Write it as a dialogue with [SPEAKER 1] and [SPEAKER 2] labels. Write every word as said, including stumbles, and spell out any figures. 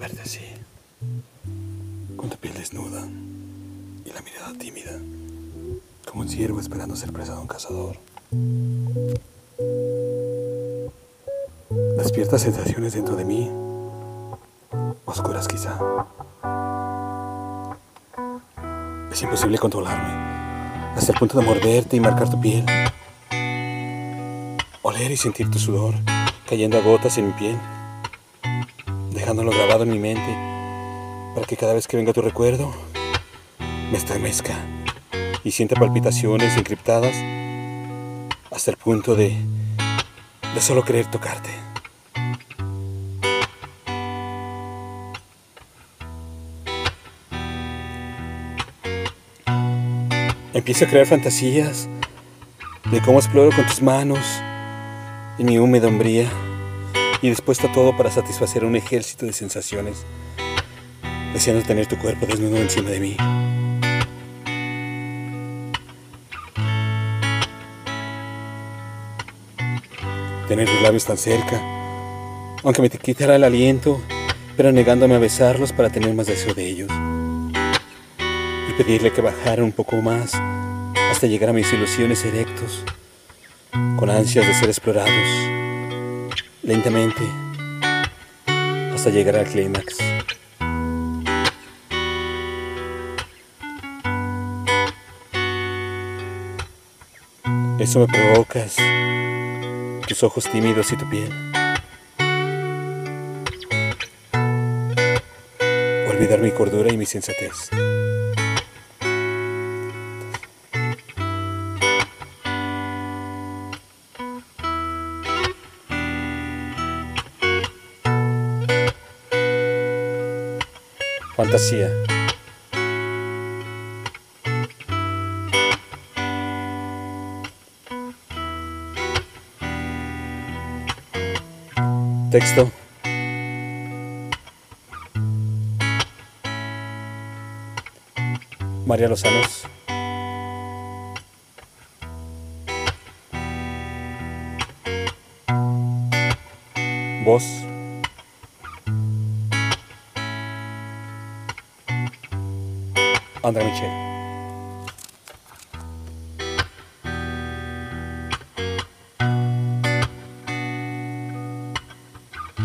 [SPEAKER 1] verte así, con tu piel desnuda y la mirada tímida, como un ciervo esperando ser presa de un cazador. Despierta sensaciones dentro de mí, oscuras quizá. Es imposible controlarme, hasta el punto de morderte y marcar tu piel, oler y sentir tu sudor cayendo a gotas en mi piel, dejándolo grabado en mi mente para que cada vez que venga tu recuerdo me estremezca y sienta palpitaciones encriptadas hasta el punto de, de solo querer tocarte. Empiezo a crear fantasías de cómo exploro con tus manos en mi húmeda hombría y dispuesto a todo para satisfacer un ejército de sensaciones, deseando tener tu cuerpo desnudo encima de mí. Tener tus labios tan cerca, aunque me te quitara el aliento, pero negándome a besarlos para tener más deseo de ellos. Y pedirle que bajara un poco más hasta llegar a mis ilusiones erectos, con ansias de ser explorados, lentamente, hasta llegar al clímax. Eso me provocas, tus ojos tímidos y tu piel. Olvidar mi cordura y mi sensatez. Fantasía. Texto. María Lozanos. Voz. Andrea Michel.